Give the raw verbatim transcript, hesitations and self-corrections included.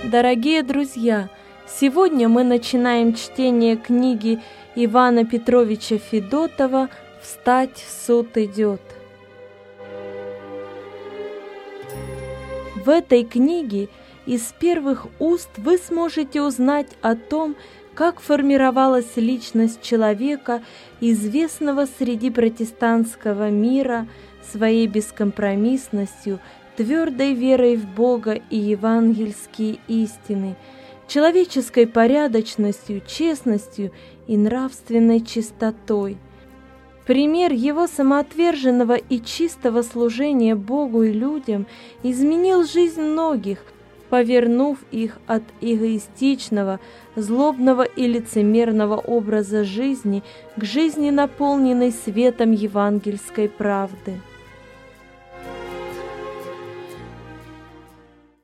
Дорогие друзья, сегодня мы начинаем чтение книги Ивана Петровича Федотова «Встать, суд идет». В этой книге из первых уст вы сможете узнать о том, как формировалась личность человека, известного среди протестантского мира своей бескомпромиссностью, твердой верой в Бога и евангельские истины, человеческой порядочностью, честностью и нравственной чистотой. Пример его самоотверженного и чистого служения Богу и людям изменил жизнь многих, повернув их от эгоистичного, злобного и лицемерного образа жизни к жизни, наполненной светом евангельской правды.